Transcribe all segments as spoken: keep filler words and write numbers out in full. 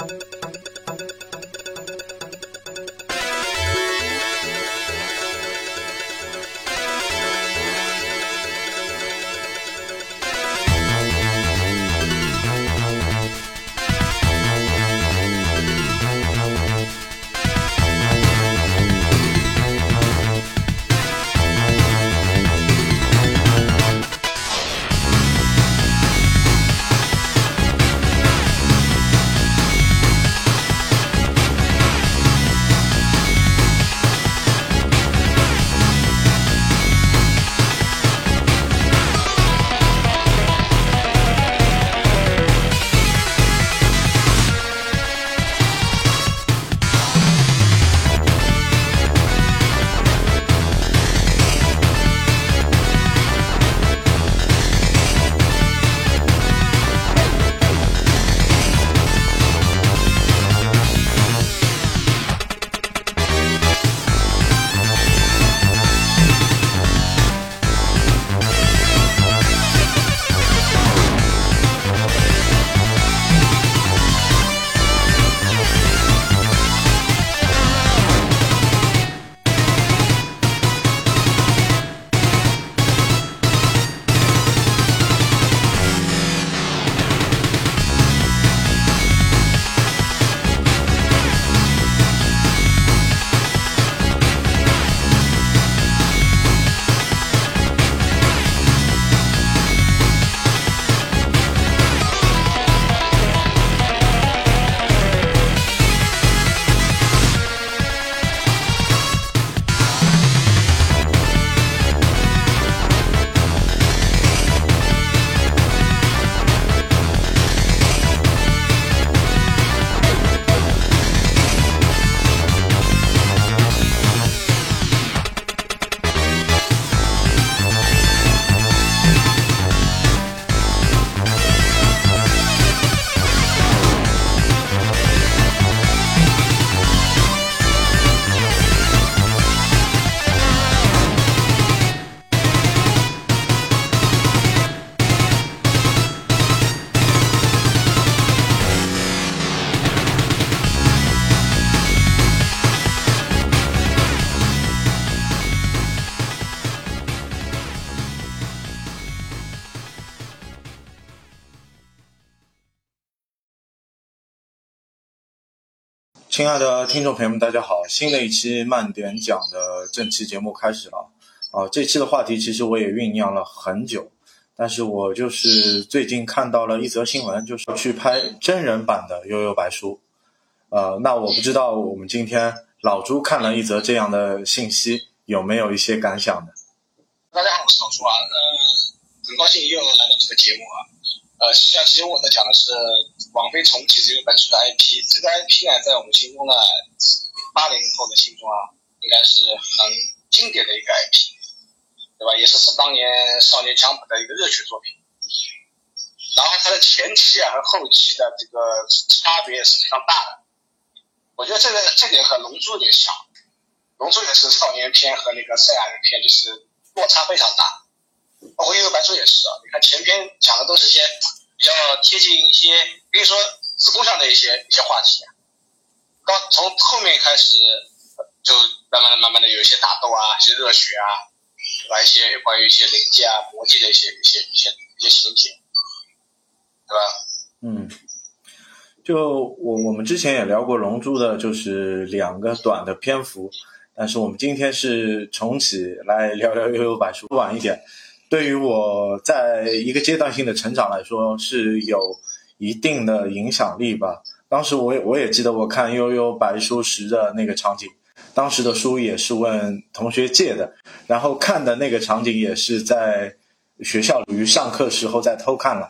亲爱的听众朋友们，大家好！新的一期慢点讲的正期节目开始了。啊，这期的话题其实我也酝酿了很久，但是我就是最近看到了一则新闻，就是去拍真人版的《悠悠白书》。呃，那我不知道我们今天老朱看了一则这样的信息，有没有一些感想呢？ 大家好，我是老朱啊，嗯、呃，很高兴又来到这个节目啊。呃，实际上，其实我在讲的是网飞重启这个本书的 I P， 这个 I P 呢，在我们心中呢，八零后的心中啊，应该是很经典的一个 I P， 对吧？也是是当年少年 Jump 的一个热血作品。然后它的前期啊和后期的这个差别是非常大的。我觉得这个这点和龙珠有点像，龙珠也是少年篇和那个赛亚人篇就是落差非常大。包括悠悠白书也是啊，你看前篇讲的都是一些比较贴近一些，比如说子宫上的一些一些话题啊。刚从后面开始就慢慢的慢慢的有一些打斗啊，一些热血啊，对吧？一些关于一些灵界啊、魔界的一些一些一些一些情节，对吧？ 嗯，就我我们之前也聊过龙珠的，就是两个短的篇幅，但是我们今天是重启来聊聊悠悠白书，晚一点。对于我在一个阶段性的成长来说是有一定的影响力吧。当时我也我也记得我看悠悠白书时的那个场景，当时的书也是问同学借的，然后看的那个场景也是在学校里上课时候在偷看了。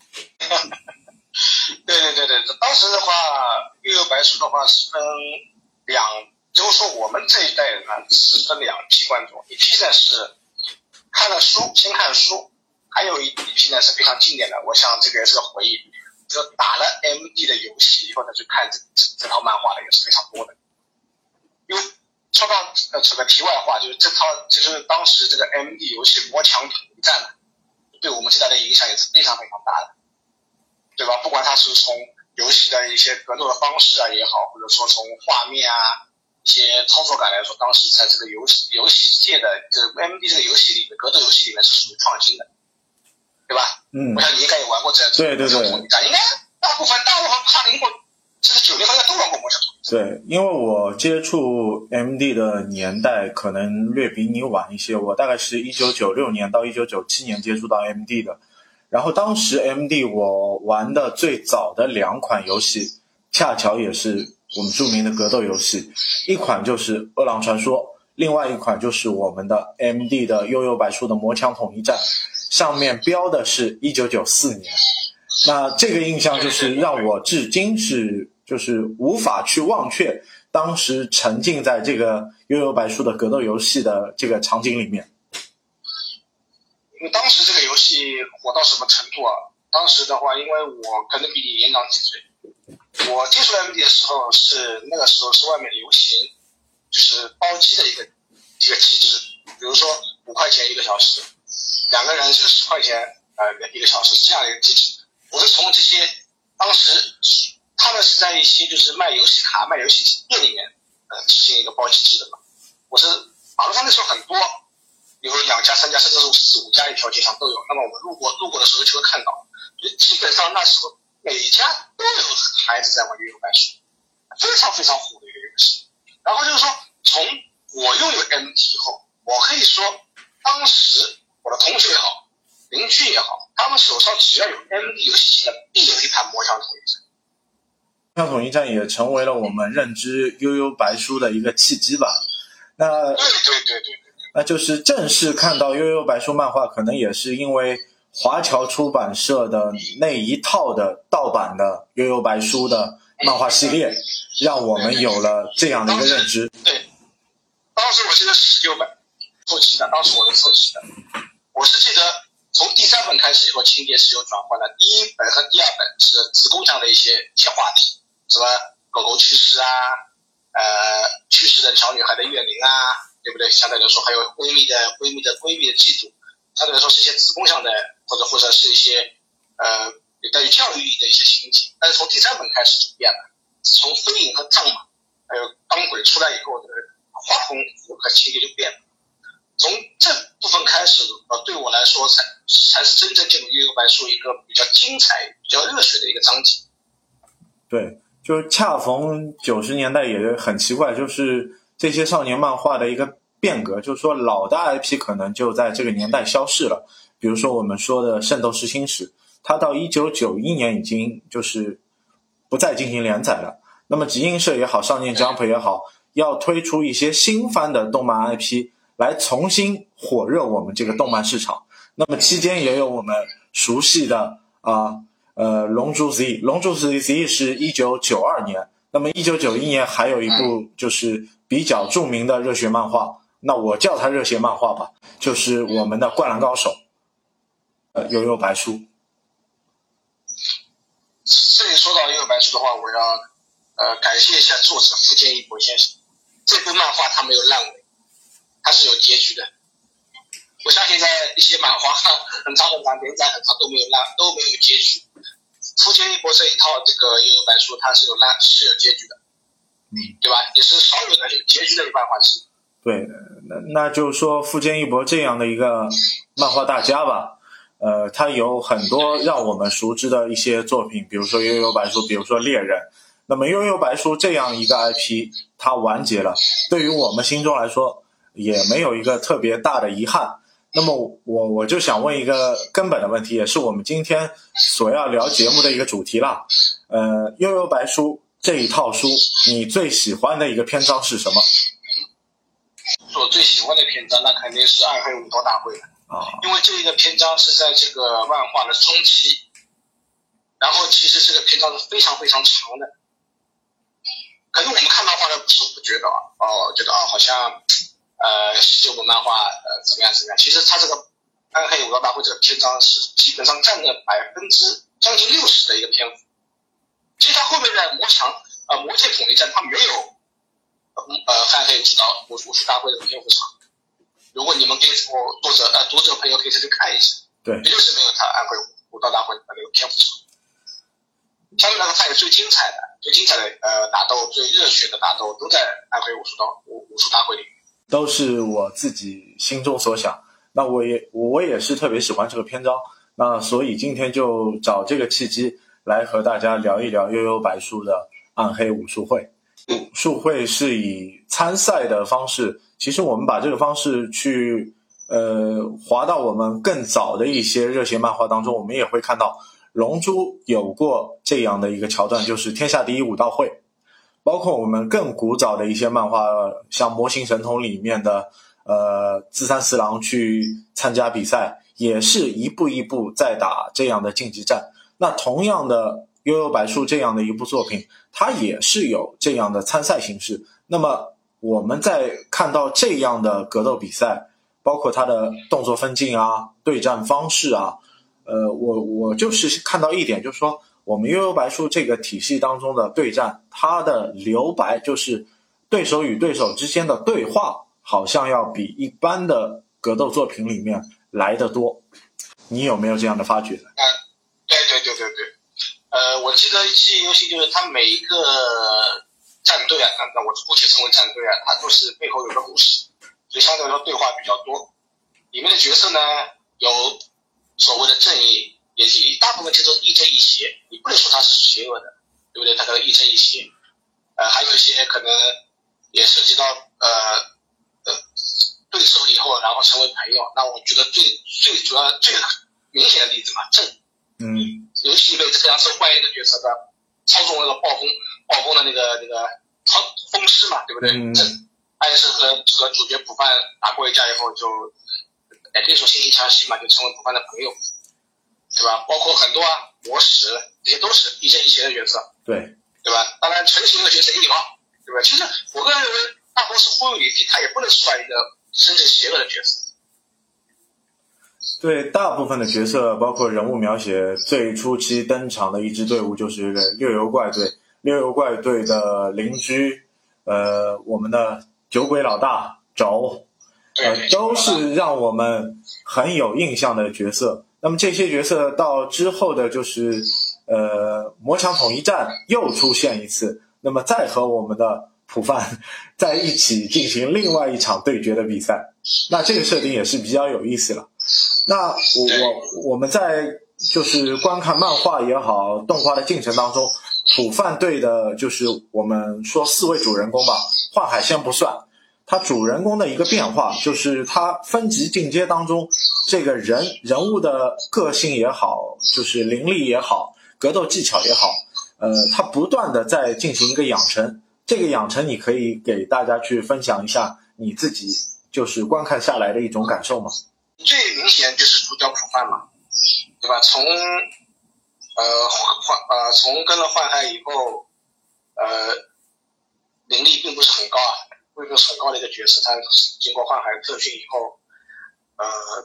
对对对对，当时的话悠悠白书的话是分两，就是说我们这一代人呢是分两批观众，一批呢是看了书，先看书，还有一批呢是非常经典的，我想这个也是个回忆，就打了 M D 的游戏以后呢，去看这这套漫画的也是非常多的。因为说到呃这个题外话，就是这套就是当时这个 M D 游戏《魔墙统一战》对我们这代的影响也是非常非常大的，对吧？不管它是从游戏的一些格斗的方式啊也好，或者说从画面啊一些操作感来说，当时在这个游戏游戏界的这个 M D 这个游戏里面，格斗游戏里面是属于创新的，对吧？ 嗯， 我想你应该也玩过这对对对， 应该大部分大部分八零后甚至九零后应该都玩过魔枪统一战。 对，因为我接触 M D 的年代可能略比你晚一些，我大概是一九九六年到一九九七年接触到 M D 的。然后当时 M D 我玩的最早的两款游戏，恰巧也是我们著名的格斗游戏，一款就是《饿狼传说》，另外一款就是我们的 M D 的悠悠白书的《魔枪统一战》，上面标的是一九九四年。那这个印象就是让我至今是就是无法去忘却当时沉浸在这个悠悠白书的格斗游戏的这个场景里面。 因为当时这个游戏火到什么程度啊？当时的话，因为我可能比你年长几岁，我接触 M D 的时候是那个时候是外面流行，就是包机的一个一个机制，比如说五块钱一个小时，两个人是十块钱呃一个小时这样的一个机制。我是从这些当时他们是在一些就是卖游戏卡、卖游戏店里面呃实行一个包机制的嘛。我是马路上那时候很多。有两家、三家，甚至是四五家一条街上都有。那么我们路过路过的时候就会看到，就基本上那时候每家都有孩子在玩悠悠白书，非常非常火的一个游戏。然后就是说，从我拥有 M D 以后，我可以说，当时我的同学也好，邻居也好，他们手上只要有 M D 游戏机的，必有一盘魔枪统一战。 魔枪统一战也成为了我们认知悠悠白书的一个契机吧。那对对对对。 那就是正式看到悠悠白书漫画，可能也是因为华侨出版社的那一套的盗版的悠悠白书的漫画系列，让我们有了这样的一个认知。 对，当时我记得十九本凑齐的，当时我是凑齐的。我是记得从第三本开始以后，情节是有转换的。第一本和第二本是子宫上的一些一些话题，什么狗狗去世啊，呃，去世的小女孩的怨灵啊。对不对？相对来说，还有闺蜜的闺蜜的闺蜜的嫉妒，相对来说是一些子宫上的，或者或者是一些呃带有教育意义的一些情节。但是从第三本开始就变了，从飞影和藏马还有钢轨出来以后的画风和情节就变了。从这部分开始，呃，对我来说才才是真正进入悠悠白书一个比较精彩、比较热血的一个章节。 对，就恰逢九十年代也很奇怪，就是这些少年漫画的一个变革，就是说老的 I P 可能就在这个年代消逝了。比如说我们说的《圣斗士星矢》，它到一九九一年已经就是不再进行连载了。那么集英社也好，少年 Jump 也好，要推出一些新番的动漫 I P 来重新火热我们这个动漫市场。那么期间也有我们熟悉的啊呃龙珠 Z， 龙珠 Z 是一九九二年。那么一九九一年还有一部就是比较著名的热血漫画，那我叫它热血漫画吧，就是我们的《灌篮高手》呃悠悠白书。 这里说到悠悠白书的话，我要呃感谢一下作者富坚义博先生。这部漫画它没有烂尾，它是有结局的。我相信在一些漫画很长很长连载很长都没有烂都没有结局。富坚义博这一套这个悠悠白书它是有烂是有结局的，嗯，对吧？也是少有的有结局的漫画之一。 对，那那就是说富坚义博这样的一个漫画大家吧，呃，他有很多让我们熟知的一些作品，比如说悠悠白书，比如说猎人。那么悠悠白书这样一个 I P 它完结了，对于我们心中来说也没有一个特别大的遗憾。那么我我就想问一个根本的问题，也是我们今天所要聊节目的一个主题啦。呃，悠悠白书这一套书，你最喜欢的一个篇章是什么？ 我最喜欢的篇章那肯定是暗黑武道大会了啊，因为这个篇章是在这个漫画的中期，然后其实这个篇章是非常非常长的。可能我们看漫画的时候不觉得啊，哦，觉得啊好像呃十九本漫画呃怎么样怎么样，其实它这个暗黑武道大会这个篇章是基本上占了百分之将近六十的一个篇幅。其实它后面的魔强呃魔界统一战它没有呃暗黑武道武术大会的篇幅长。如果你们给我读者呃读者朋友可以再去看一下， 对， 也就是没有它暗黑武道大会的那个篇幅长。 相对来说，它也最精彩的、最精彩的呃打斗、最热血的打斗都在暗黑武术道武武术大会里面， 都是我自己心中所想。那我也我也是特别喜欢这个篇章，那所以今天就找这个契机来和大家聊一聊悠悠白书的暗黑武术会。武术会是以参赛的方式，其实我们把这个方式去呃滑到我们更早的一些热血漫画当中，我们也会看到龙珠有过这样的一个桥段，就是天下第一武道会。包括我们更古早的一些漫画，像魔形神童里面的呃自三四郎去参加比赛，也是一步一步在打这样的竞技战。那同样的悠悠白书这样的一部作品，它也是有这样的参赛形式。那么我们在看到这样的格斗比赛，包括它的动作分镜啊、对战方式啊，呃，我我就是看到一点，就是说我们悠悠白书这个体系当中的对战，它的留白就是对手与对手之间的对话，好像要比一般的格斗作品里面来得多。你有没有这样的发觉？ 啊，对对对对对，呃，我记得记忆犹新，就是他每一个战队啊，那我姑且称为战队啊，它都是背后有个故事，所以相对来说对话比较多。里面的角色呢，有所谓的正义，也是大部分其实亦正亦邪，你不能说他是邪恶的，对不对？他可能亦正亦邪，呃，还有一些可能也涉及到呃呃对手以后，然后成为朋友。那我觉得最最主要最明显的例子嘛，正， 嗯， 游戏里面非常受欢迎的角色的，操纵那个暴风暴风的那个那个风师嘛，对不对？ 嗯， 正，他也是和和主角普范打过一架以后就。哎，对手惺惺相惜嘛，就成为普范的朋友，对吧？包括很多啊，魔石这些都是亦正亦邪的角色， 对， 对吧？当然，成型的角色也有，对吧？其实我个人认为，大 boss 忽悠你，他也不能算一个真正邪恶的角色。 对，大部分的角色，包括人物描写，最初期登场的一支队伍就是六游怪队。六游怪队的邻居，呃，我们的酒鬼老大轴。呃，都是让我们很有印象的角色。那么这些角色到之后的就是呃魔墙统一战又出现一次，那么再和我们的普范在一起进行另外一场对决的比赛，那这个设定也是比较有意思了。那我我我们在就是观看漫画也好，动画的进程当中，普范队的就是我们说四位主人公吧，幻海先不算。他主人公的一个变化，就是他分级进阶当中，这个人人物的个性也好，就是灵力也好，格斗技巧也好，呃，他不断的在进行一个养成。这个养成，你可以给大家去分享一下你自己就是观看下来的一种感受吗？ 最明显就是主角普范嘛，对吧？从呃幻呃从跟了幻海以后，呃，灵力并不是很高啊。一个很高的一个角色，他经过幻海特训以后，呃，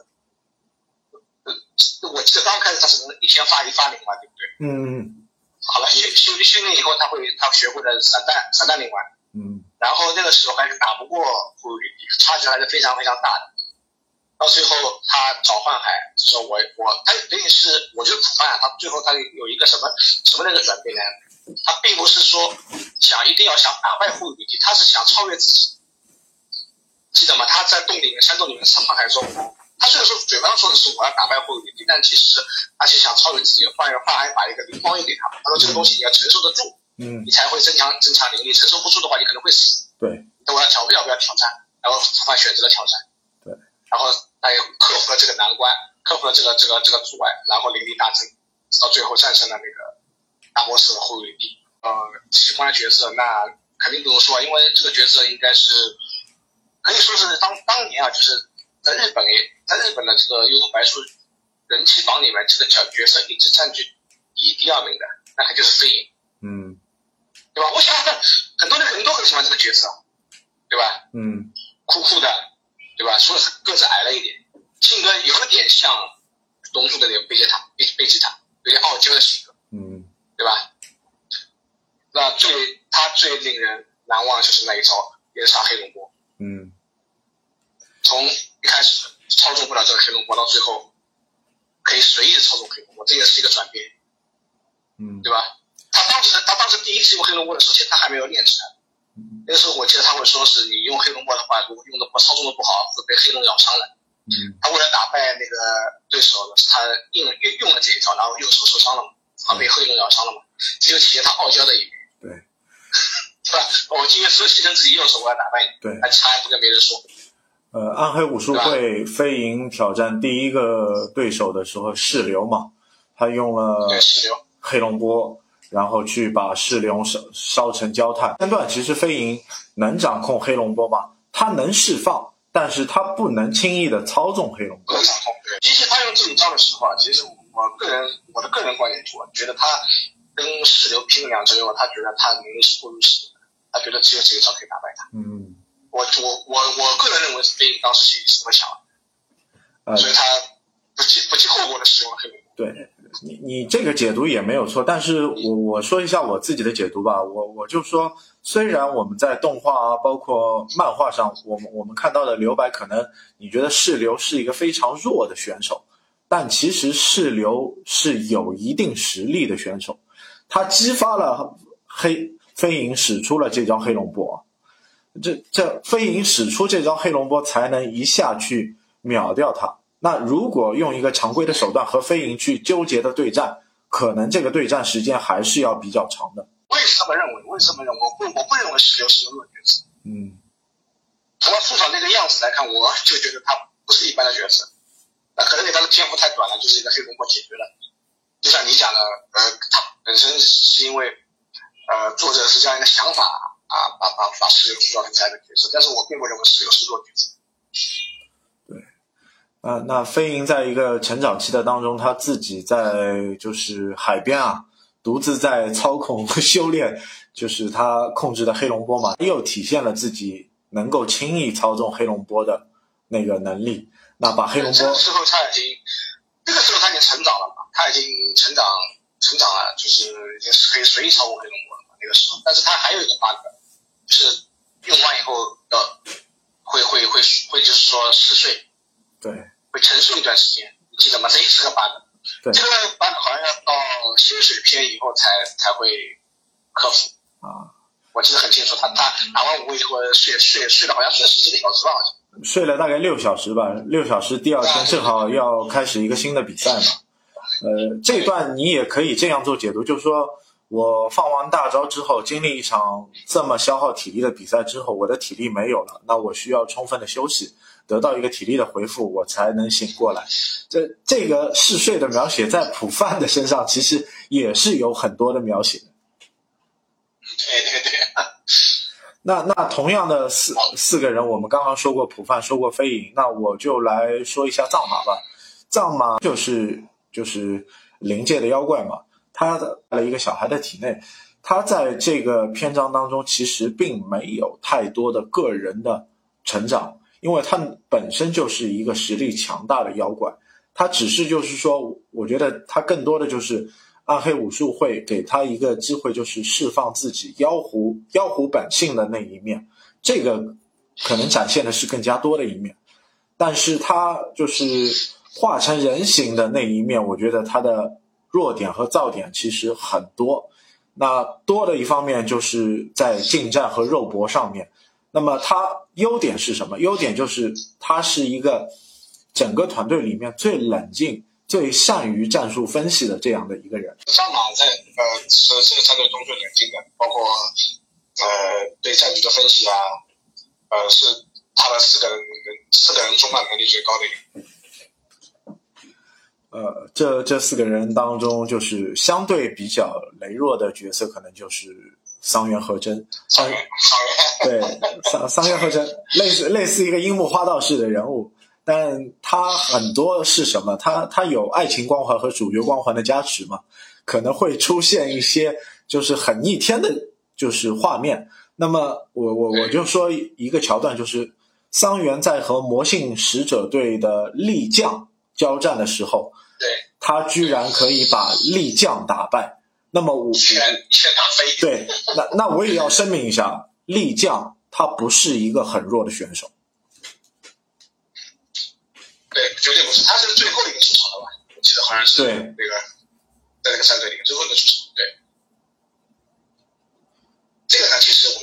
我记得刚开始他是一天发一发灵丸，对不对？ 嗯。 好了，修修训练以后，他会他学会了散弹散弹灵丸， 嗯。 然后那个时候还是打不过呼噜里，差距还是非常非常大的。到最后他找幻海说我我他等于是我觉得普范啊，他最后他有一个什么什么那个转变呢？他并不是说想一定要想打败呼噜里，他是想超越自己。记得吗？他在洞里面山洞里面上幻海说，他虽然说嘴巴上说的是我要打败呼噜里，但其实他是想超越自己。幻幻海把一个灵光也给他，他说这个东西你要承受得住， 嗯， 你才会增强增强灵力，承受不住的话你可能会死。 对， 那我要挑要不要挑战？然后普范选择了挑战。 对， 然后他也克服了这个难关，克服了这个这个这个阻碍，然后灵力大增，到最后战胜了那个大 boss 呼噜里。呃，喜欢的角色那肯定不用说，因为这个角色应该是可以说是当当年啊，就是在日本也在日本的这个悠悠白书人气榜里面，这个角角色一直占据第一、第二名的，那他就是飞影， 嗯， 对吧？我想很多人肯定都很喜欢这个角色，对吧？ 嗯， 酷酷的，对吧？说个子矮了一点，性格有点像龙珠的那个贝吉塔，贝贝吉塔有点傲娇的性格， 嗯， 对吧？那最他最令人难忘就是那一招连杀黑龙波， 嗯， 从一开始操纵不了这个黑龙波，到最后可以随意的操纵黑龙波，这也是一个转变， 嗯， 对吧？ 当时他当时第一次用黑龙波的时候，其实他还没有练起来。那个时候我记得他会说是你用黑龙波的话，如果用的不操纵的不好，会被黑龙咬伤的。 嗯， 他为了打败那个对手呢，他用用用了这一招，然后右手受伤了嘛，他被黑龙咬伤了嘛，这就体现他傲娇的一面。 对， 是吧？我今天说牺牲自己右手，我要打败你， 对， 还差不跟别人说。 呃，暗黑武术会飞鹰挑战第一个对手的时候，噬流嘛，他用了黑龙波，然后去把噬流烧烧成焦炭。前段其实飞鹰能掌控黑龙波吗？他能释放，但是他不能轻易的操纵黑龙波。 其实他用这一招的时候啊，其实我个人我的个人观点，我觉得他跟噬流拼了两招以后，他觉得他能力是不如噬流的，他觉得只有这一招可以打败他。 嗯。 我我我我个人认为是飞鹰当时心里是会想，呃，所以他不计不计后果的使用了黑龙波。 对，你你这个解读也没有错，但是我我说一下我自己的解读吧。我我就说，虽然我们在动画啊，包括漫画上，我们我们看到的留白，可能你觉得噬流是一个非常弱的选手，但其实噬流是有一定实力的选手，他激发了黑飞鹰使出了这招黑龙波。这这飞鹰使出这招黑龙波才能一下去秒掉他。那如果用一个常规的手段和飞鹰去纠结的对战，可能这个对战时间还是要比较长的。 为什么认为？为什么认为？我不我不认为石榴是个弱角色。 嗯， 从他出场那个样子来看，我就觉得他不是一般的角色。那可能给他的篇幅太短了，就是一个黑龙波解决了。就像你讲的，呃，他本身是因为呃作者是这样一个想法。啊，把把把石榴塑造成这样的角色，但是我并不认为石榴是弱角色。 对，啊，那飞鹰在一个成长期的当中，他自己在就是海边啊，独自在操控修炼，就是他控制的黑龙波嘛，又体现了自己能够轻易操纵黑龙波的那个能力。那把黑龙波， 这个时候他已经，这个时候他已经成长了嘛，他已经成长成长了，就是已经可以随意操控黑龙波了嘛，那个时候。但是他还有一个 bug。就是用完以后要会会会会就是说嗜睡， 对， 会沉睡一段时间，你记得吗？这也是个 bug。 对， 这个 bug 好像要到新水篇以后才才会克服啊。 我记得很清楚，他他打完五位以后睡睡睡了好像睡了十几个小时吧，好像睡了大概六小时吧，六小时第二天正好要开始一个新的比赛嘛。呃，这段你也可以这样做解读，就是说。我放完大招之后，经历一场这么消耗体力的比赛之后，我的体力没有了，那我需要充分的休息，得到一个体力的回复，我才能醒过来。这这个嗜睡的描写在普范的身上其实也是有很多的描写的。 对对对。 那那同样的四四个人，我们刚刚说过普范，说过飞鹰，那我就来说一下藏马吧。藏马就是就是灵界的妖怪嘛。他在了一个小孩的体内，他在这个篇章当中其实并没有太多的个人的成长，因为他本身就是一个实力强大的妖怪，他只是就是说，我觉得他更多的就是暗黑武术会给他一个机会，就是释放自己妖狐妖狐本性的那一面，这个可能展现的是更加多的一面，但是他就是化成人形的那一面，我觉得他的弱点和噪点其实很多，那多的一方面就是在近战和肉搏上面。那么它优点是什么？优点就是它是一个整个团队里面最冷静、最善于战术分析的这样的一个人。 上马在呃是这个战队中最冷静的，包括呃对战局的分析啊，呃是他的四个人四个人中吧能力最高的一个。 呃，这这四个人当中，就是相对比较羸弱的角色，可能就是桑原和真。 桑原，桑原，对，桑桑原和真，类似类似一个樱木花道式的人物，但他很多是什么？他他有爱情光环和主角光环的加持嘛，可能会出现一些就是很逆天的，就是画面。那么我我我就说一个桥段，就是桑原在和魔性使者队的力将交战的时候。 对， 他居然可以把力将打败，那么我全全打飞。 对，那那我也要声明一下，力将他不是一个很弱的选手。 对，绝对不是，他是最后一个出场的吧？我记得好像是对那个在那个战队里最后一个出场。对，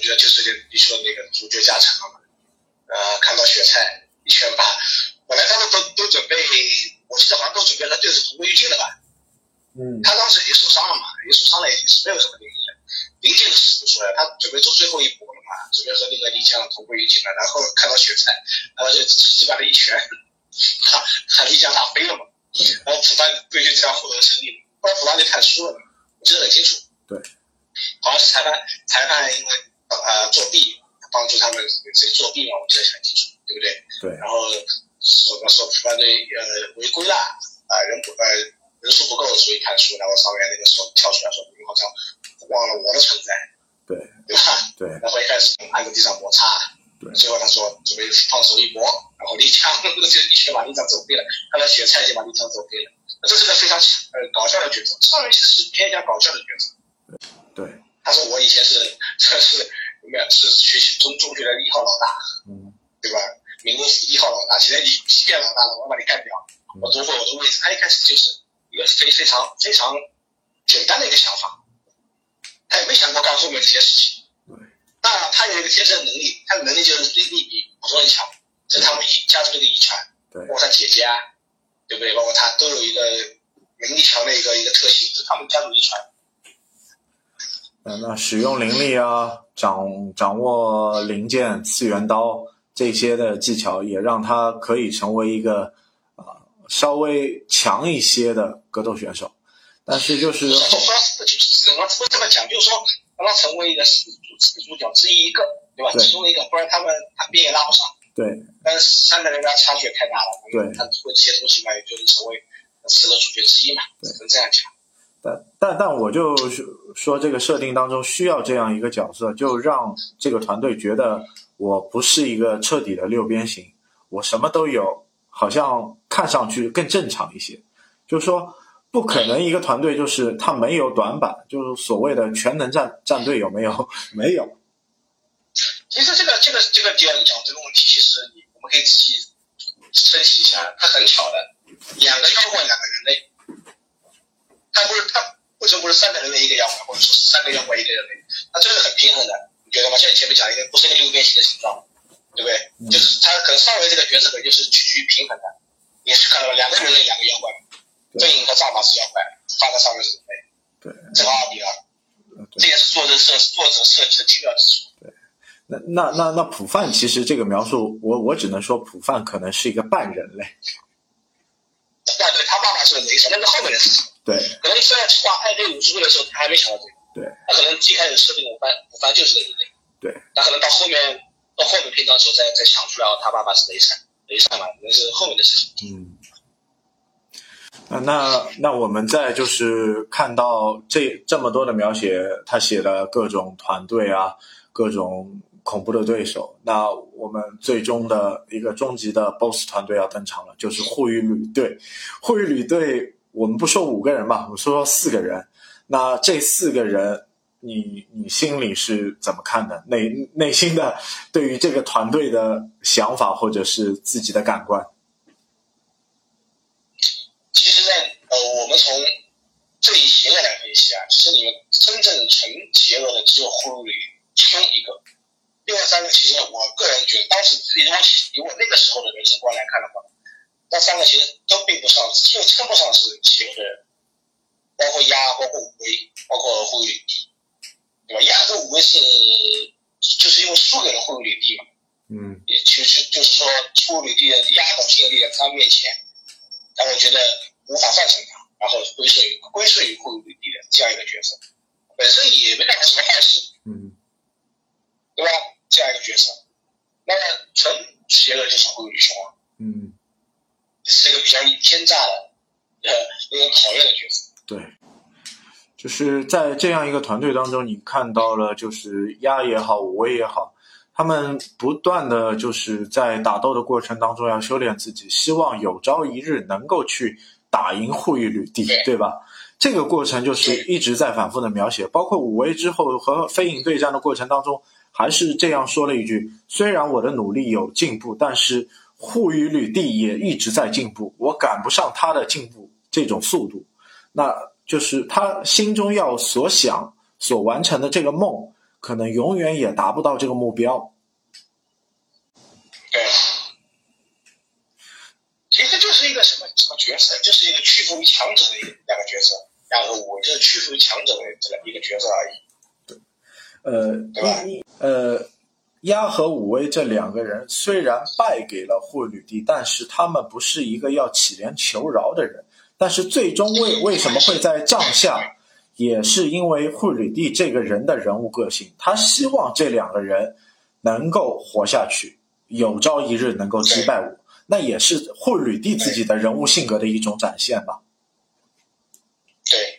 角就是你说的那个主角加成嘛，呃，看到雪菜一拳把，本来他们都都准备，我记得好像都准备了对着同归于尽了吧。 嗯， 他当时已经受伤了嘛，已经受伤了，已经是没有什么灵力了，灵界都使不出来，他准备做最后一搏了嘛，准备和那个丽江同归于尽了，然后看到雪菜，然后就直接把他一拳，把把丽江打飞了嘛，然后普范队就这样获得胜利了，后来普范就判输了，我记得很清楚。 对， 好像是裁判裁判因为呃作弊，帮助他们谁作弊嘛，我记得很清楚，对不对？ 对。 然后说说普范队呃违规了啊、呃，人不呃。人数不够，所以判输，然后上面那个手跳出来说：“你好像忘了我的存在。” 对， 对吧？ 对。 然后一开始按在地上摩擦， 对。 最后他说准备放手一搏，然后丽江就一拳把丽江揍飞了，看到雪菜就把丽江揍飞了。这是个非常呃搞笑的角色，上一期是偏向搞笑的角色。 对。 他说我以前是这是是学习中中学的一号老大， 嗯， 对吧？民工一号老大，现在你变老大了，我要把你干掉，我夺回我的位置。他一开始就是一个非非常非常简单的一个想法，他也没想过干后面这些事情。当然，他有一个天生的能力，他的能力就是灵力比普通人强，这是他们家族这个遗传，包括他姐姐啊，对不对？包括他都有一个灵力强的一个一个特性，是他们家族遗传。 嗯，那使用灵力啊，掌掌握灵剑、次元刀这些的技巧，也让他可以成为一个稍微强一些的格斗选手，但是就是就说只能这么讲，就是说让他成为一个四主四主角之一一个，对吧？ 对， 其中一个，不然他们他边也拉不上。 对。 但是三个人家差距太大了， 对， 他通过这些东西嘛，也就能成为四个主角之一嘛，只能这样讲。 但但但我就说这个设定当中需要这样一个角色，就让这个团队觉得我不是一个彻底的六边形，我什么都有。好像看上去更正常一些，就是说不可能一个团队就是他没有短板，就是所谓的全能战战队有没有？没有。 其实这个这个这个讲讲这个问题，其实你我们可以仔细分析一下，它很巧的，两个妖怪两个人类，它不是它为什么不是三个人类一个妖怪，或者说三个妖怪一个人类？它这是很平衡的，你觉得吗？像你前面讲一个不是一个六边形的形状。对不对？嗯、就是他可能上位这个角色可能就是趋于平衡的，也是看到了两个人类两个妖怪，正影和藏马是妖怪，放在上面是人类， 对， 正好二比二，这也是作者设作者设计的精妙之处。 对，那那那那普范其实这个描述，我我只能说普范可能是一个半人类。 那对他爸爸是雷神，那是后面的事情。 对， 可能在画暗黑武术的时候，他还没想到这个。 对， 他可能一开始设定普范普范就是个人类。 对， 那可能到后面。到后面篇章的时候再再想出来哦，他爸爸是雷神，雷神嘛，那是后面的事情。 嗯，那那我们再就是看到这这么多的描写，他写的各种团队啊，各种恐怖的对手，那我们最终的一个终极的 B O S S 团队要登场了，就是护羽旅队。护羽旅队，我们不说五个人吧，我们说说四个人。那这四个人。你你心里是怎么看的？内内心的对于这个团队的想法，或者是自己的感官？ 其实在呃，我们从最邪恶来分析啊，其实你们真正纯邪恶的只有护旅其中一个，另外三个其实我个人觉得，当时以我以我那个时候的人生观来看的话，那三个其实都并不上，就称不上是邪恶的人，包括鸭，包括武威，包括护旅帝。对吧？亚洲五位是就是因为输给了护旅帝嘛， 嗯， 也就是就是说护旅帝的压倒性的力量在他面前，让我觉得无法战胜他，然后归顺于归顺于护旅帝的这样一个角色，本身也没干过什么坏事， 嗯， 对吧？这样一个角色，那么纯邪恶就是护旅兄啊， 嗯， 是一个比较奸诈的，呃，令人讨厌的角色， 对。就是在这样一个团队当中，你看到了就是鸭也好，武威也好，他们不断的就是在打斗的过程当中要修炼自己，希望有朝一日能够去打赢护羽旅帝，对吧？这个过程就是一直在反复的描写，包括武威之后和飞影对战的过程当中，还是这样说了一句：虽然我的努力有进步，但是护羽旅帝也一直在进步，我赶不上他的进步这种速度。那就是他心中要所想所完成的这个梦， 可能永远也达不到这个目标。 对，其实这就是一个什么什么角色，就是一个屈服于强者的一个两个角色，亚和武威就是屈服于强者的这个一个角色而已。 对，呃， 对吧？ 呃，鸭和武威这两个人虽然败给了惠履帝，但是他们不是一个要乞怜求饶的人。但是最终为为什么会在帐下，也是因为惠履帝这个人的人物个性，他希望这两个人能够活下去，有朝一日能够击败我，那也是惠履帝自己的人物性格的一种展现吧。 对。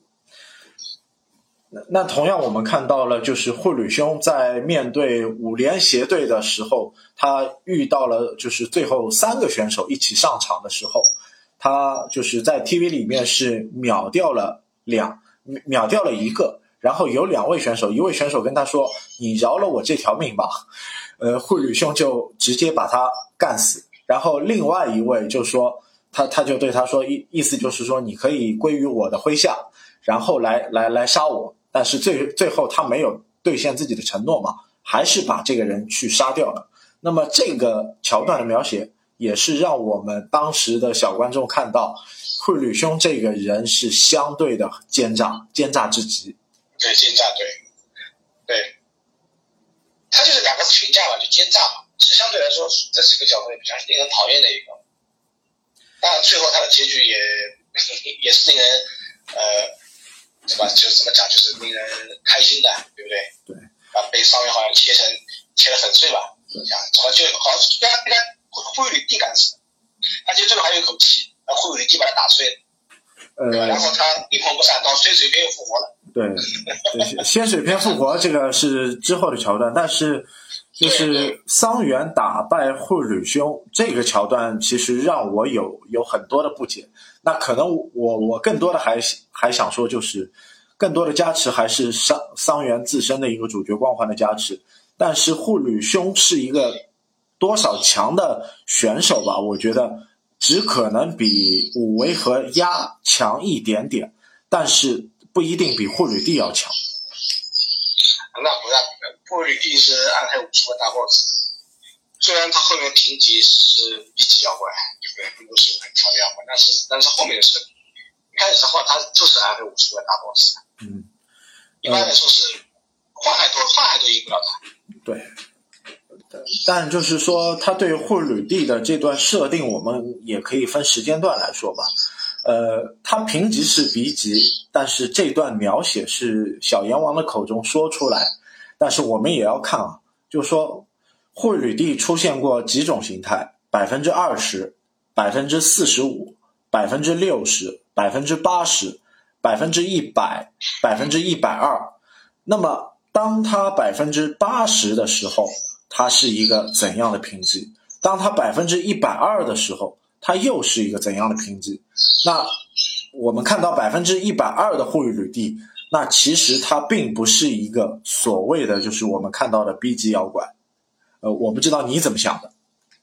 那同样我们看到了，就是惠履兄在面对五连协队的时候，他遇到了就是最后三个选手一起上场的时候，他就是在 T V 里面是秒掉了两秒掉了一个，然后有两位选手，一位选手跟他说你饶了我这条命吧，呃，惠履兄就直接把他干死，然后另外一位就说他他就对他说意意思就是说你可以归于我的麾下，然后来来来杀我，但是最最后他没有兑现自己的承诺嘛，还是把这个人去杀掉了。那么这个桥段的描写也是让我们当时的小观众看到惠履兄这个人是相对的奸诈，奸诈至极。 对，奸诈，对，对，他就是两个字评价嘛，就奸诈嘛，是相对来说这是一个角度比较令人讨厌的一个。当然，最后他的结局也也是令人呃，是吧？就怎么讲，就是令人开心的，对不对？ 对。 啊，被上面好像切成切得粉碎吧，这样，怎么就好像被他被他惠履帝干死的，他其实最后还有一口气，然后惠履帝把他打碎了。 呃， 然后他一盆不散刀，水水篇又复活了。 对，仙水篇复活这个是之后的桥段，但是就是桑原打败惠履兄这个桥段，其实让我有有很多的不解。那可能我我更多的还还想说，就是更多的加持还是桑桑原自身的一个主角光环的加持。但是惠履兄是一个多少强的选手吧？我觉得只可能比武威和鸭强一点点，但是不一定比惠履帝要强。 那不那惠履帝是暗黑武术的大 boss， 虽然他后面评级是 B 级妖怪，对不对？并不是很强的妖怪，但是但是后面的是一开始的话，他就是暗黑武术的大 boss。 嗯， 一般来说是换海多换海多赢不了他。 对。但就是说他对惠履帝的这段设定我们也可以分时间段来说吧。呃，他评级是 B 级，但是这段描写是小阎王的口中说出来，但是我们也要看啊，就是说惠履帝出现过几种形态， 百分之二十 百分之四十五 百分之六十 百分之八十 百分之一百 百分之一百二十。那么当他 百分之八十 的时候，它是一个怎样的评级？当它 百分之一百二十 的时候，它又是一个怎样的评级？那我们看到 百分之一百二十 的惠履帝，那其实它并不是一个所谓的就是我们看到的 B 级妖怪。呃，我不知道你怎么想的。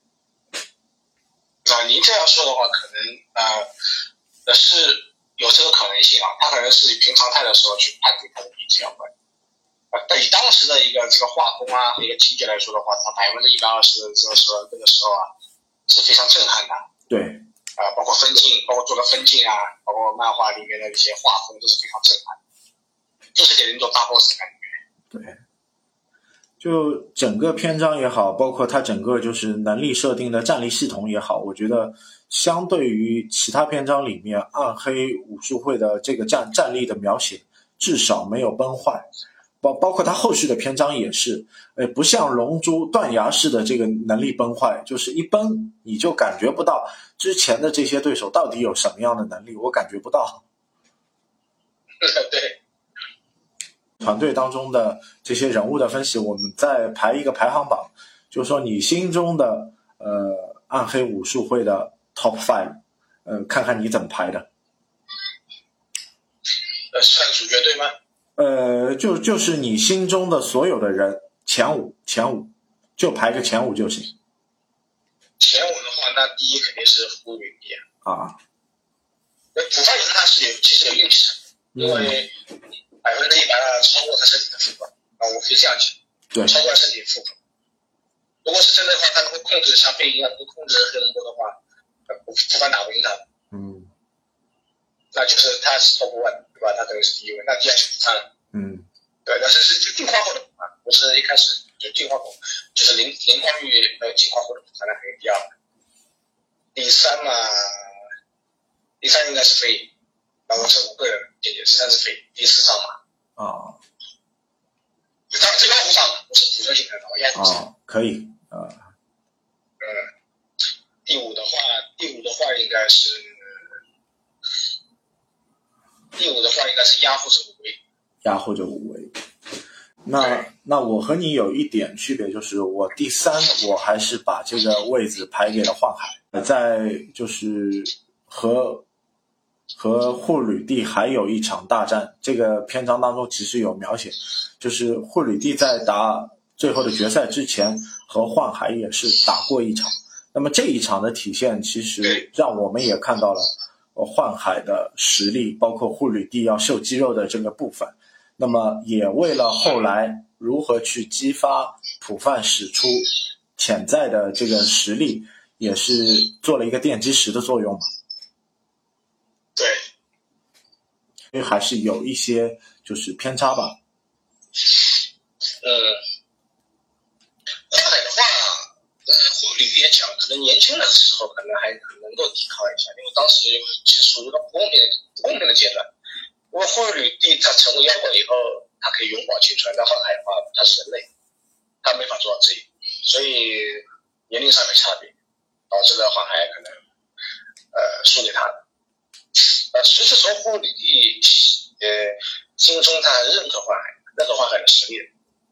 啊，您这样说的话，可能呃是有这个可能性啊，他可能是以平常态的时候去判定他的 B 级妖怪。但以当时的一个这个画风啊，一个情节来说的话，它百分之一百二十这个时候，这个时候啊，是非常震撼的。 对， 啊、呃，包括分镜，包括做的分镜啊，包括漫画里面的一些画风都是非常震撼的，就是给人一种大 boss 的感觉。 对，就整个篇章也好，包括它整个就是能力设定的战力系统也好，我觉得相对于其他篇章里面暗黑武术会的这个战战力的描写，至少没有崩坏。包包括他后续的篇章也是，呃，不像龙珠断崖式的这个能力崩坏，就是一崩你就感觉不到之前的这些对手到底有什么样的能力，我感觉不到。 对， 团队当中的这些人物的分析，我们再排一个排行榜，就是说你心中的呃暗黑武术会的 top five， 呃，看看你怎么排的。 呃，算主角队吗？ 呃，就就是你心中的所有的人前五，前五就排个前五就行。 前五的话，那第一肯定是惠履帝啊。 那补发赢他是有其实有运气的，因为百分之一百二超过他身体的负荷。 啊，我可以这样讲， 对， 超过了身体负荷。如果是真的话，他能够控制像贝因啊，能够控制黑龙江的话，普凡打不赢他。 嗯， 那就是他是 top one， 对吧？他等于是第一位，那第二是普凡了。 嗯， 对，但是是进化后的普凡，不是一开始就进化后，就是林林光玉呃进化后的普凡，那肯定第二。第三嘛，第三应该是飞，然后是五个人解决，第三是飞，第四上马。 啊， 这这妖狐上马，不是主角型的，妖狐上马。 啊，可以啊。 嗯，第五的话，第五的话应该是，第五的话应该是压或者五位。 压或者五位。那那我和你有一点区别，就是我第三我还是把这个位置排给了幻海，在就是和和护旅帝还有一场大战，这个篇章当中其实有描写，就是护旅帝在打最后的决赛之前和幻海也是打过一场，那么这一场的体现其实让我们也看到了幻海的实力，包括护旅帝要秀肌肉的这个部分，那么也为了后来如何去激发普范使出潜在的这个实力，也是做了一个奠基石的作用嘛。 对， 因为还是有一些就是偏差吧。 呃，幻海的话，呃，护旅也讲，可能年轻的时候可能还能够抵抗一下，因为当时其实属于一个不公平的不公平的阶段。如果护旅帝他成为妖怪以后，他可以永葆青春，但幻海的话，他是人类，他没法做到这一点，所以年龄上的差别导致了幻海可能呃输给他的。呃，实质从护旅帝呃心中他认可幻海，认可幻海的实力。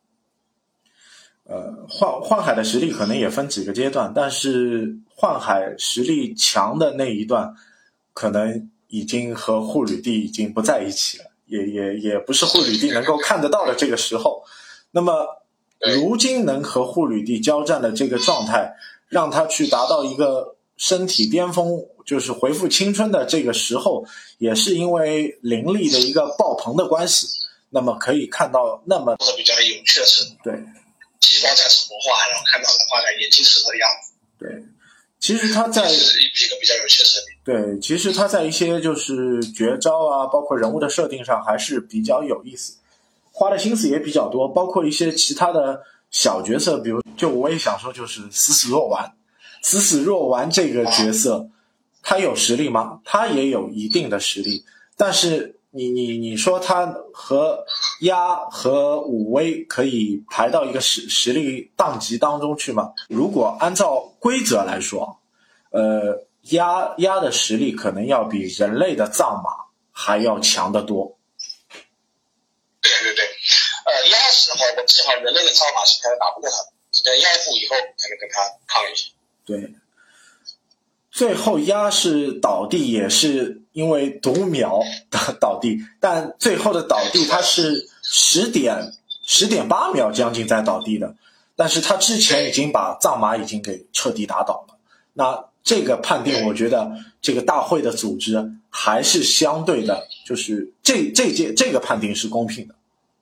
呃，幻幻海的实力可能也分几个阶段，但是幻海实力强的那一段，可能已经和护旅帝已经不在一起了，也也也不是护旅帝能够看得到的这个时候。那么如今能和护旅帝交战的这个状态，让他去达到一个身体巅峰，就是恢复青春的这个时候，也是因为灵力的一个爆棚的关系。那么可以看到，那么比较有趣的是， 对， 细胞再次活化，然后看到的话呢，眼睛时候的样子。 对，其实他在是一个比较有趣的设定。 对，其实他在一些就是绝招啊，包括人物的设定上还是比较有意思，花的心思也比较多，包括一些其他的小角色，比如就我也想说，就是死死若丸，死死若丸这个角色，他有实力吗？他也有一定的实力，但是你你你说他和鸭和武威可以排到一个实实力档级当中去吗？如果按照规则来说，呃，鸭鸭的实力可能要比人类的藏马还要强得多。 对对对，呃，鸭是的话，我正好人类的藏马是可能打不过他，等妖狐以后才能跟他抗一下。 对。最后鸭是倒地，也是因为读秒倒地，但最后的倒地它是十点十点八秒将近在倒地的，但是他之前已经把藏马已经给彻底打倒了。那这个判定，我觉得这个大会的组织还是相对的，就是这这届这个判定是公平的。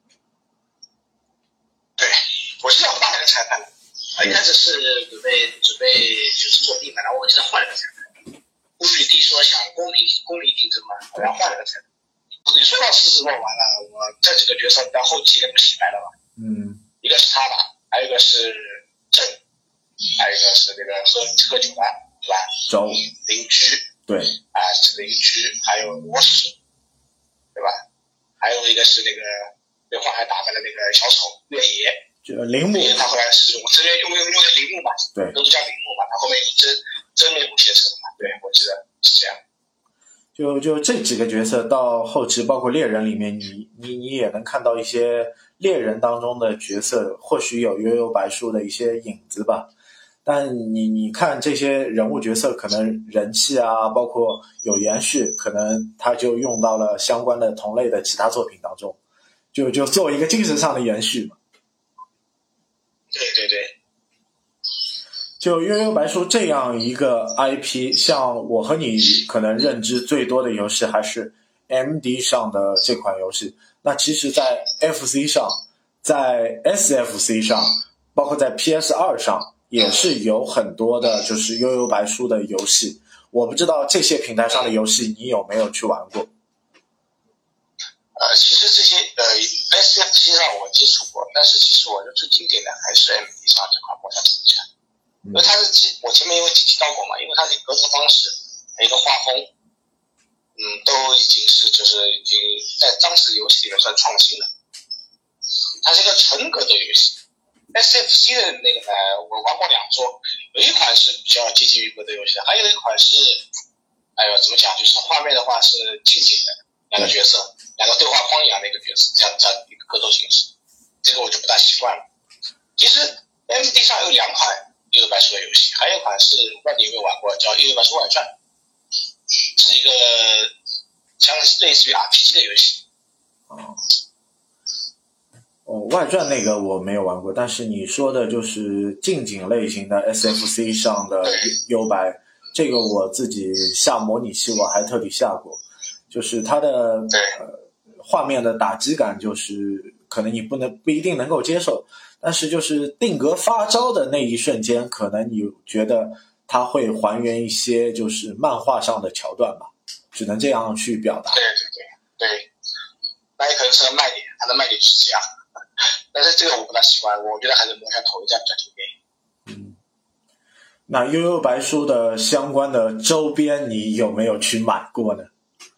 对，我是要换了个裁判的。一开始是准备准备就是作弊嘛，然后我记得换了个裁判。护旅帝说想公平公平竞争嘛，然后换了个裁判。你说到事实做完了，我这几个角色到后期给他们洗白了吧？ 嗯，一个是他吧，还有一个是郑，还有一个是那个喝喝酒的，对吧？ 周邻居， 对， 啊，邻居，还有罗氏，对吧？还有一个是那个被幻海打败的那个小丑月野。 这铃木， 他后来是我这边用用用的铃木吧， 对， 都是叫铃木吧。他后面有真真面目写成嘛，对，我记得是这样。 就就这几个角色到后期，包括猎人里面，你你你也能看到一些猎人当中的角色，或许有悠悠白书的一些影子吧。但你你看这些人物角色，可能人气啊，包括有延续，可能他就用到了相关的同类的其他作品当中，就就做一个精神上的延续嘛。 对对对， 就悠悠白书这样一个 I P， 像我和你可能认知最多的游戏还是 M D 上的这款游戏。那其实在 F C 上， 在 S F C 上，包括在 P S 二 上，也是有很多的就是悠悠白书的游戏。我不知道这些平台上的游戏你有没有去玩过？ 呃，其实这些呃 S F C 上我接触过，但是其实我觉得最经典的还是 M D 上这款魔侠争霸，因为它是我前面因为提到过嘛，因为它的格斗方式还有一个画风，嗯，都已经是就是已经在当时游戏里面算创新了。它是一个纯格斗游戏。S F C 的那个呢，我玩过两座，有一款是比较接近于格斗游戏的，还有一款是，哎呦怎么讲，就是画面的话是近景的两个角色。两个对话框一样的一个角色，这样这样一个格斗形式，这个我就不大习惯了。其实 M D 上有两款悠悠白书的游戏，还有一款是不知道你有没有玩过，叫《悠悠白书外传》，是一个像类似于 R P G 的游戏。 哦，哦，外传那个我没有玩过，但是你说的就是近景类型的 S F C 上的悠白，这个我自己下模拟器我还特地下过，就是它的呃画面的打击感，就是可能你不能不一定能够接受，但是就是定格发招的那一瞬间，可能你觉得它会还原一些就是漫画上的桥段吧，只能这样去表达。 对对对对，那也可能是个卖点，它的卖点是这样。但是这个我不大习惯，我觉得还是魔侠头一战比较经典。 嗯，那悠悠白书的相关的周边你有没有去买过呢？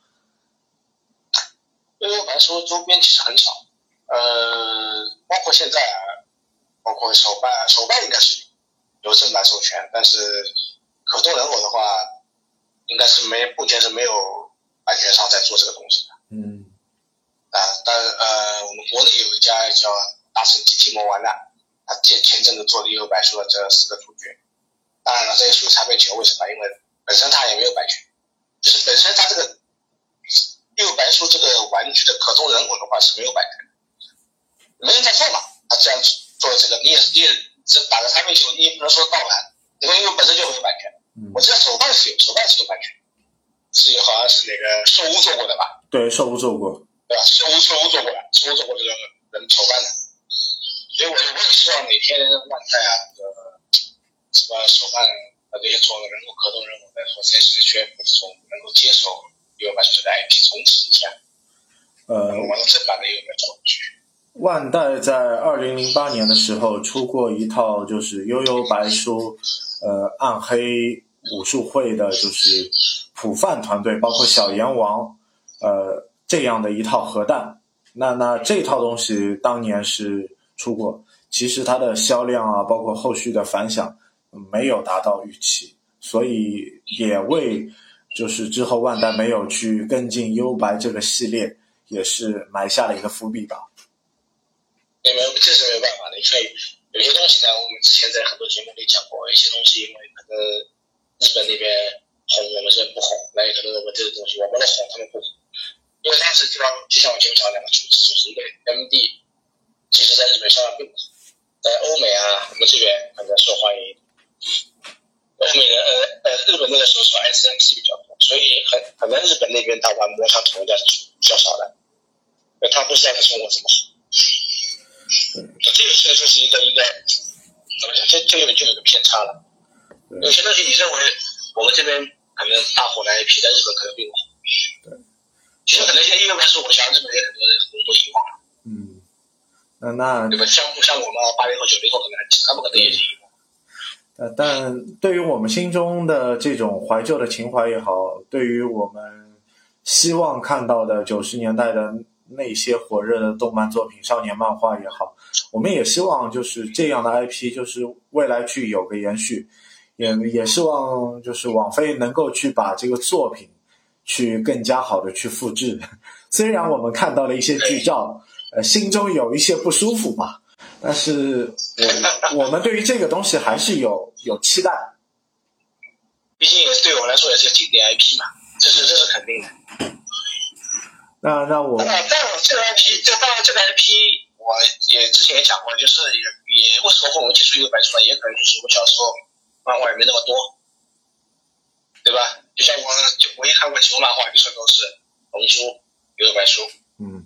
悠悠白书周边其实很少，呃，包括现在啊，包括手办，手办应该是有正版授权，但是可动人偶的话，应该是没目前是没有版权上在做这个东西的。 嗯， 啊，但呃，我们国内有一家叫大圣机器魔玩的，他前前阵子做的悠悠白书的这四个主角，当然了，这也属于擦边球，为什么？因为本身它也没有版权，就是本身它这个悠悠白书这个玩具的可动人偶的话是没有版权的，没人在做嘛，他这样做这个，你也你也是打个擦边球，你也不能说盗版，因为因为本身就没有版权。我知道手办是有，手办是有版权，是有好像是那个兽屋做过的吧？ 对，兽屋做过。 对吧？兽屋兽屋做过的，兽屋做过这个人手办的，所以我我也希望哪天万代啊，这个什么手办啊这些做人物可动人物来说，才是宣布这种能够接受悠悠白书的 I P 重启一下，呃，能玩到正版的悠悠白书去。 万代在二零零八年的时候出过一套就是悠悠白书，呃，暗黑武术会的，就是普范团队，包括小阎王，呃。这样的一套核弹，那那这套东西当年是出过，其实它的销量啊，包括后续的反响没有达到预期，所以也为就是之后万代没有去跟进幽白这个系列，也是埋下了一个伏笔吧。 没有，这是没有办法的，因为有些东西呢，我们之前在很多节目里讲过，有些东西因为可能日本那边红，我们这边不红，那也可能我们这个东西我们的红，他们不红。因为当时就像就像我前面讲的两个主题，就是一个 M D， 其实在日本销量并不好，在欧美啊，我们这边可能受欢迎。欧美的呃呃日本那个搜索 S M C 比较多，所以很可能日本那边他玩魔侠统一战是比较少的，他不是像中国这么好。这个其实就是一个一个怎么讲，就就有就有个偏差了。有些东西你认为我们这边可能大火的 I P， 在日本可能并不好。对。其实可能现在悠悠白书，我想日本人很多人很多都遗忘了。 嗯，那那对吧？像像我们八零后、九零后可能他们可能也是遗忘。 呃，但对于我们心中的这种怀旧的情怀也好，对于我们希望看到的九十年代的那些火热的动漫作品、少年漫画也好，我们也希望就是这样的 I P， 就是未来去有个延续，也也希望就是网飞能够去把这个作品。去更加好的去复制，虽然我们看到了一些剧照，呃，心中有一些不舒服吧，但是我我们对于这个东西还是有有期待。 毕竟也是对我来说也是经典 I P 嘛，这是这是肯定的。 那那我， 当然这个 I P， 这当然这个 I P， 我也之前也讲过，就是也也为什么会我们接触悠悠白书呢？也可能就是我小时候漫画也没那么多，对吧？就像我，就我也看过几部漫画，就是都是龙珠、悠悠白书， 嗯， 然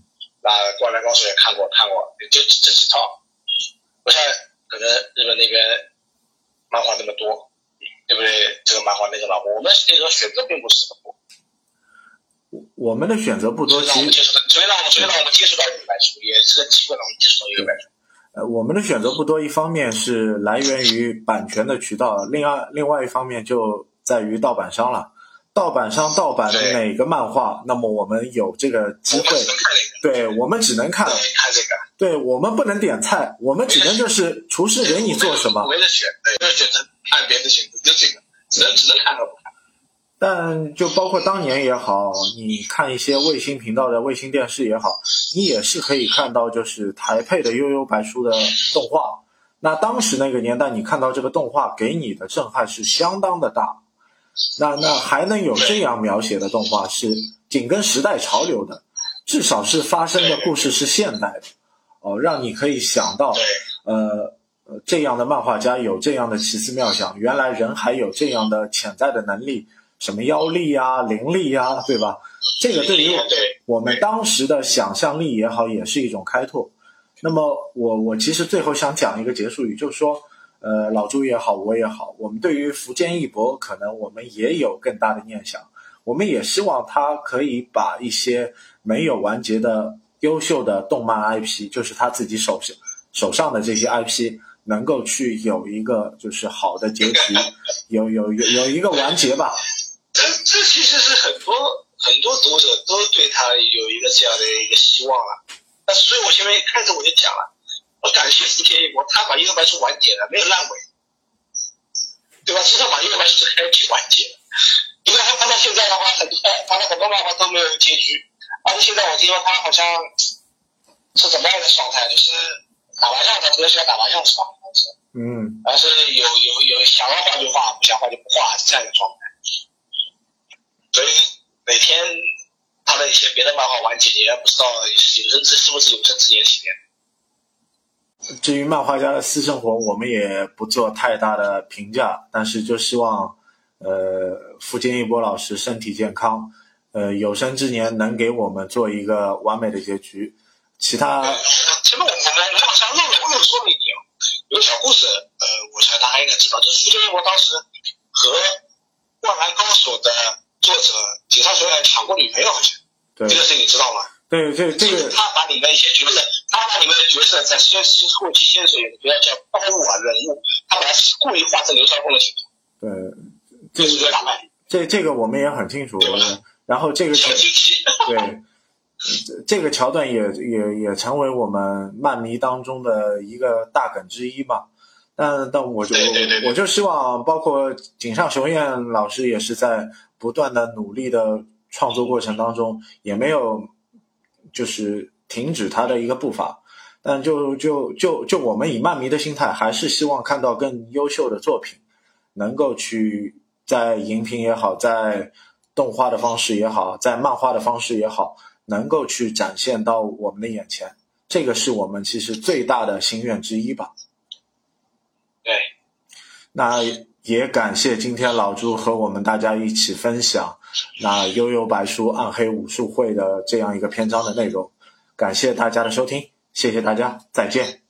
那《灌篮高手》也看过看过，就这几套，不像可能日本那边漫画那么多，对不对？这个漫画那个漫画，我们那时候选择并不是很多。 我们的选择不多，其实所以让我们所以让我们接触到幽游白书，也是个机会让我们接触到幽游白书。 呃，我们的选择不多，一方面是来源于版权的渠道，另外另外一方面就在于盗版商了。盗版商盗版哪个漫画，那么我们有这个机会，对，我们只能看看这个， 对，我们不能点菜，我们只能就是厨师给你做什么， 为了选，对，为了选择按别人的选择，就这个，只能只能看到不看。 但就包括当年也好，你看一些卫星频道的卫星电视也好，你也是可以看到就是台配的幽游白书的动画。那当时那个年代，你看到这个动画给你的震撼是相当的大。那那还能有这样描写的动画，是紧跟时代潮流的，至少是发生的故事是现代的，哦，让你可以想到，呃呃，这样的漫画家有这样的奇思妙想，原来人还有这样的潜在的能力，什么妖力啊、灵力啊，对吧？这个对于我们当时的想象力也好，也是一种开拓。那么我我其实最后想讲一个结束语，就是说。呃，老朱也好，我也好，我们对于福建一博可能我们也有更大的念想，我们也希望他可以把一些没有完结的优秀的动漫 I P， 就是他自己手手上的这些 I P 能够去有一个就是好的结局，有有有有一个完结吧。 这这其实是很多很多读者都对他有一个这样的一个希望了。那所以我前面一开始我就讲了。我感谢福建一博，他把幽游白书完结了，没有烂尾，对吧？至少把幽游白书是开局完结了。因为他放到现在的话，很多他的很多漫画都没有结局，而且现在我听说他好像是怎么样的状态，就是打麻将，他特别喜欢打麻将是吧？ 嗯， 而是有有有想要画就画，不想画就不画，是这样一个状态。所以每天他的一些别的漫画完结，也不知道有生之是不是有生之年期间。 至于漫画家的私生活，我们也不做太大的评价，但是就希望，呃，福建一博老师身体健康，呃，有生之年能给我们做一个完美的结局。其他， 前面我们我好像漏了漏了说了一点，有个小故事，呃，我想大家应该知道，就是福建一博当时和《灌篮高手》的作者井上雄彦抢过女朋友，好像， 对， 这个事你知道吗？ 对，这这个他把里面一些角色，他把里面的角色在先是后期先水不要叫包物啊人物，他把他故意画成流川枫的形象。 对， 这是绝打败。 这这个我们也很清楚。然后这个对，这个桥段也也也成为我们漫迷当中的一个大梗之一嘛。但但我就对对对对我就希望，包括井上雄彦老师也是在不断的努力的创作过程当中，也没有。就是停止他的一个步伐，但就就就就我们以漫迷的心态，还是希望看到更优秀的作品，能够去在荧屏也好，在动画的方式也好，在漫画的方式也好，能够去展现到我们的眼前，这个是我们其实最大的心愿之一吧。 对， 那也感谢今天老朱和我们大家一起分享那幽游白书暗黑武术会的这样一个篇章的内容，感谢大家的收听，谢谢大家，再见。